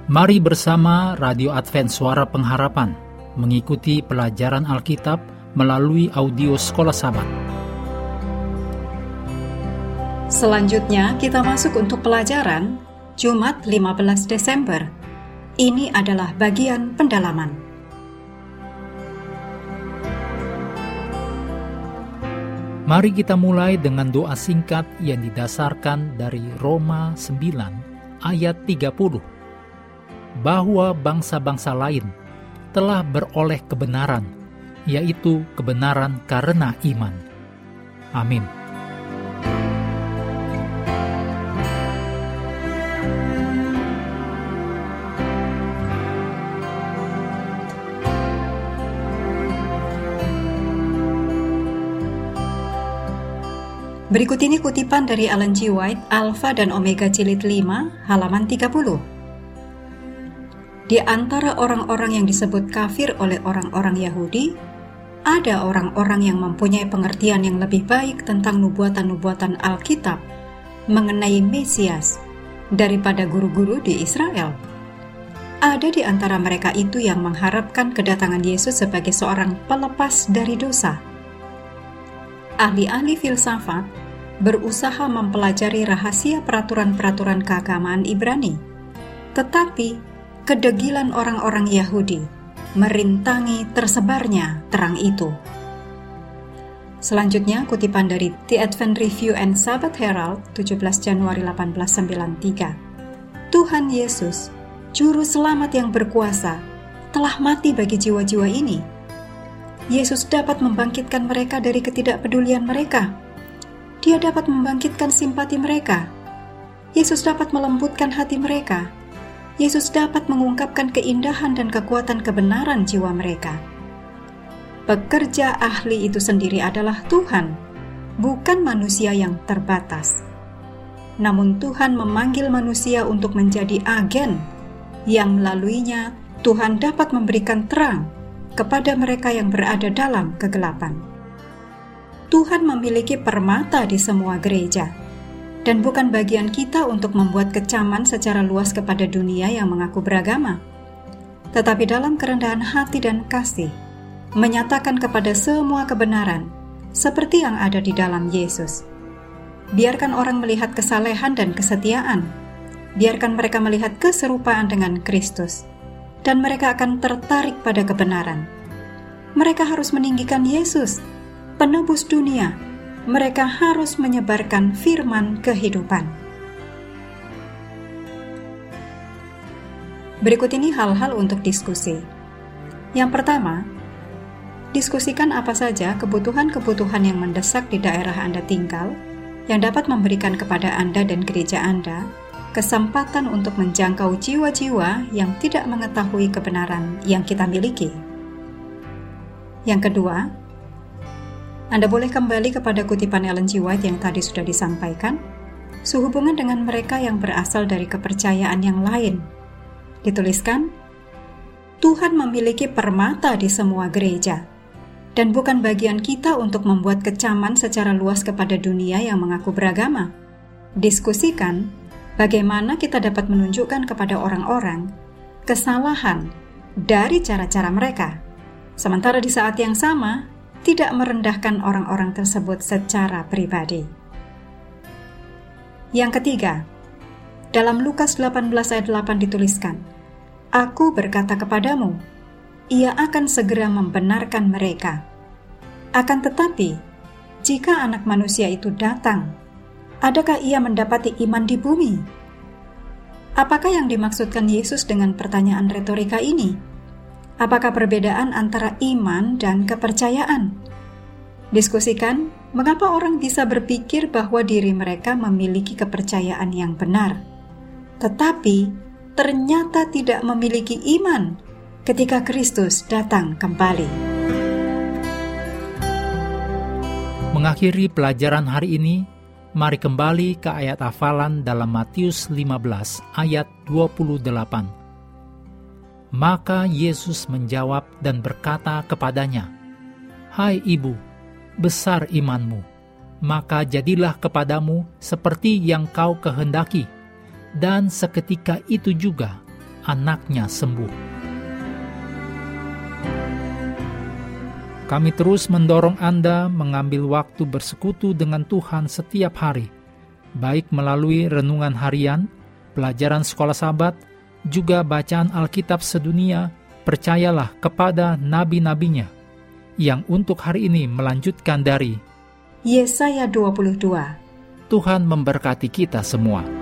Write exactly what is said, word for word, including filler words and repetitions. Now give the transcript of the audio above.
Mari bersama Radio Advent Suara Pengharapan mengikuti pelajaran Alkitab melalui audio Sekolah Sabat. Selanjutnya kita masuk untuk pelajaran Jumat lima belas Desember. Ini adalah bagian pendalaman. Mari kita mulai dengan doa singkat yang didasarkan dari Roma sembilan ayat tiga puluh. Bahwa bangsa-bangsa lain telah beroleh kebenaran, yaitu kebenaran karena iman. Amin. Berikut ini kutipan dari Ellen G. White, Alfa dan Omega Jilid lima, halaman tiga puluh. Di antara orang-orang yang disebut kafir oleh orang-orang Yahudi, ada orang-orang yang mempunyai pengertian yang lebih baik tentang nubuatan-nubuatan Alkitab mengenai Mesias daripada guru-guru di Israel. Ada di antara mereka itu yang mengharapkan kedatangan Yesus sebagai seorang pelepas dari dosa. Ahli-ahli filsafat berusaha mempelajari rahasia peraturan-peraturan keagamaan Ibrani, tetapi kedegilan orang-orang Yahudi merintangi tersebarnya terang itu. Selanjutnya kutipan dari The Advent Review and Sabbath Herald, tujuh belas Januari delapan belas sembilan puluh tiga. Tuhan Yesus, Juru Selamat yang berkuasa, telah mati bagi jiwa-jiwa ini. Yesus dapat membangkitkan mereka dari ketidakpedulian mereka. Dia dapat membangkitkan simpati mereka. Yesus dapat melembutkan hati mereka. Yesus dapat mengungkapkan keindahan dan kekuatan kebenaran jiwa mereka. Pekerja ahli itu sendiri adalah Tuhan, bukan manusia yang terbatas. Namun Tuhan memanggil manusia untuk menjadi agen yang melaluinya Tuhan dapat memberikan terang kepada mereka yang berada dalam kegelapan. Tuhan memiliki permata di semua gereja, dan bukan bagian kita untuk membuat kecaman secara luas kepada dunia yang mengaku beragama, tetapi dalam kerendahan hati dan kasih, menyatakan kepada semua kebenaran, seperti yang ada di dalam Yesus. Biarkan orang melihat kesalehan dan kesetiaan, biarkan mereka melihat keserupaan dengan Kristus, dan mereka akan tertarik pada kebenaran. Mereka harus meninggikan Yesus, penebus dunia. Mereka harus menyebarkan firman kehidupan. Berikut ini hal-hal untuk diskusi. Yang pertama, diskusikan apa saja kebutuhan-kebutuhan yang mendesak di daerah Anda tinggal yang dapat memberikan kepada Anda dan gereja Anda kesempatan untuk menjangkau jiwa-jiwa yang tidak mengetahui kebenaran yang kita miliki. Yang kedua, Anda boleh kembali kepada kutipan Ellen G. White yang tadi sudah disampaikan, sehubungan dengan mereka yang berasal dari kepercayaan yang lain. Dituliskan, Tuhan memiliki permata di semua gereja, dan bukan bagian kita untuk membuat kecaman secara luas kepada dunia yang mengaku beragama. Diskusikan bagaimana kita dapat menunjukkan kepada orang-orang kesalahan dari cara-cara mereka, sementara di saat yang sama tidak merendahkan orang-orang tersebut secara pribadi. Yang ketiga, dalam Lukas delapan belas ayat delapan dituliskan, Aku berkata kepadamu, ia akan segera membenarkan mereka. Akan tetapi, jika anak manusia itu datang, adakah ia mendapati iman di bumi? Apakah yang dimaksudkan Yesus dengan pertanyaan retorika ini? Apakah perbedaan antara iman dan kepercayaan? Diskusikan mengapa orang bisa berpikir bahwa diri mereka memiliki kepercayaan yang benar, tetapi ternyata tidak memiliki iman ketika Kristus datang kembali. Mengakhiri pelajaran hari ini, mari kembali ke ayat hafalan dalam Matius lima belas ayat dua puluh delapan. Maka Yesus menjawab dan berkata kepadanya, Hai ibu, besar imanmu, maka jadilah kepadamu seperti yang kau kehendaki. Dan seketika itu juga anaknya sembuh. Kami terus mendorong Anda mengambil waktu bersekutu dengan Tuhan setiap hari, baik melalui renungan harian, pelajaran sekolah Sabat, juga bacaan Alkitab sedunia. Percayalah kepada nabi-nabinya, yang untuk hari ini melanjutkan dari Yesaya dua puluh dua. Tuhan memberkati kita semua.